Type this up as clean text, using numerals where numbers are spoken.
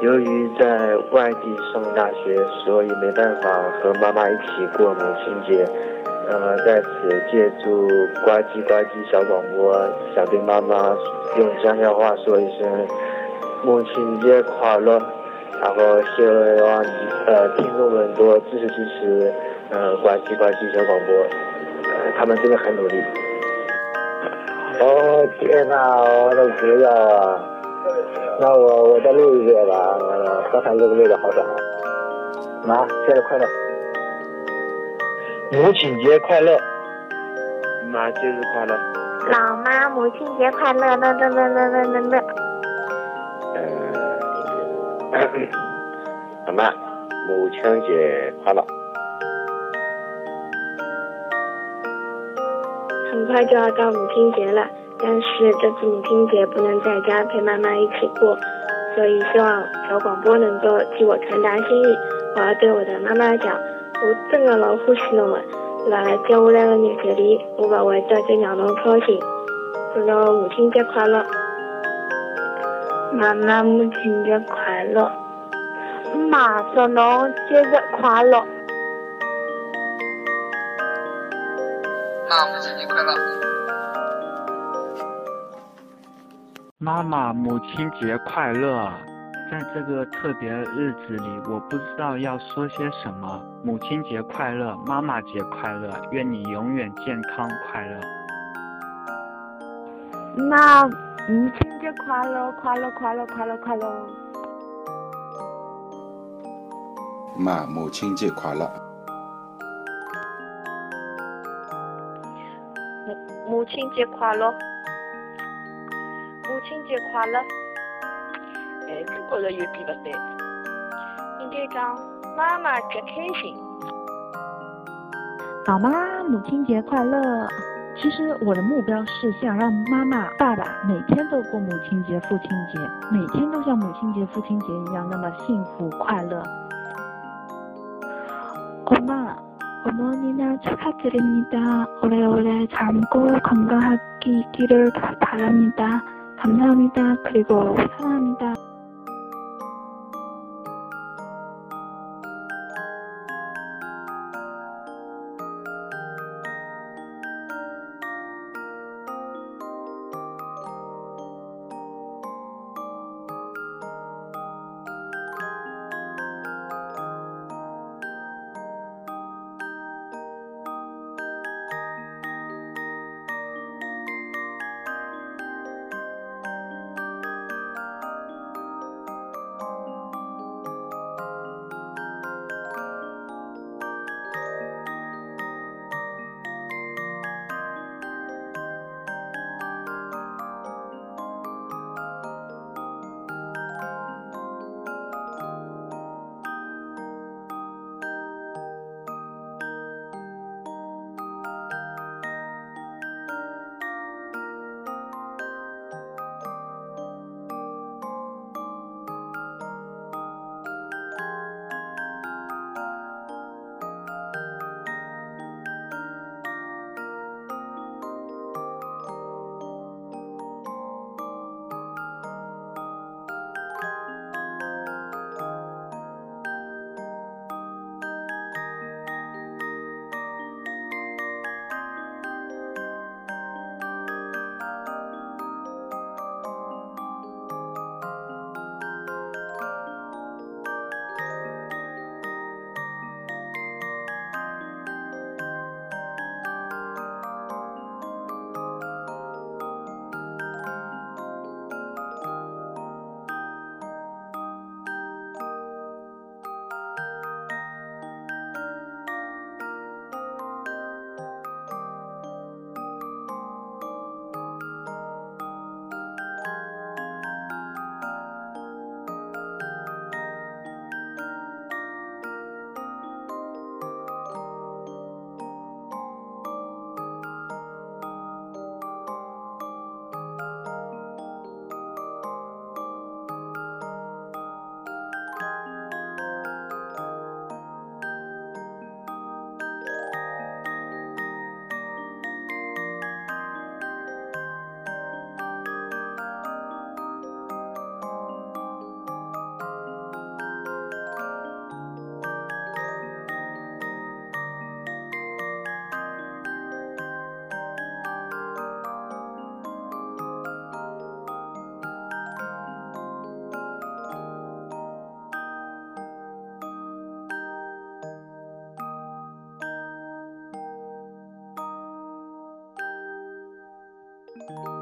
由于在外地上大学，所以没办法和妈妈一起过母亲节。在此借助呱唧呱唧小广播，想对妈妈用家乡话说一声母亲节快乐。然后希望听众们多支持呱唧呱唧小广播，他们真的很努力。 哦天哪，我都不要啊！那我再录一遍吧，刚才录的好短。妈，生日快乐！ 母亲节快乐！妈节日快乐！ 老妈母亲节快乐！乐。 老妈，母亲节快乐！ 很快就要到母亲节了，但是这次母亲节不能在家陪妈妈一起过，所以希望小广播能够替我传达心意。我要对我的妈妈讲，我真的老欢喜侬了，来接下来的日子里，我不会再让侬操心。祝侬母亲节快乐！妈妈母亲节快乐！妈，祝侬节日快乐！ 妈，母亲节快乐！ 妈妈，母亲节快乐！在这个特别的日子里，我不知道要说些什么。母亲节快乐，妈妈节快乐，愿你永远健康快乐。 妈，母亲节快乐，快乐！ 妈，母亲节快乐！ 母亲节快乐！母亲节快乐！我觉得有点不对，应该讲妈妈节开心。 老妈，母亲节快乐！其实我的目标是想让妈妈、爸爸每天都过母亲节、父亲节，每天都像母亲节、父亲节一样那么幸福快乐。어머니나 축하드립니다. 오래오래 젊고 건강하기를 바랍니다. 감사합니다. 그리고 사랑합니다. 见。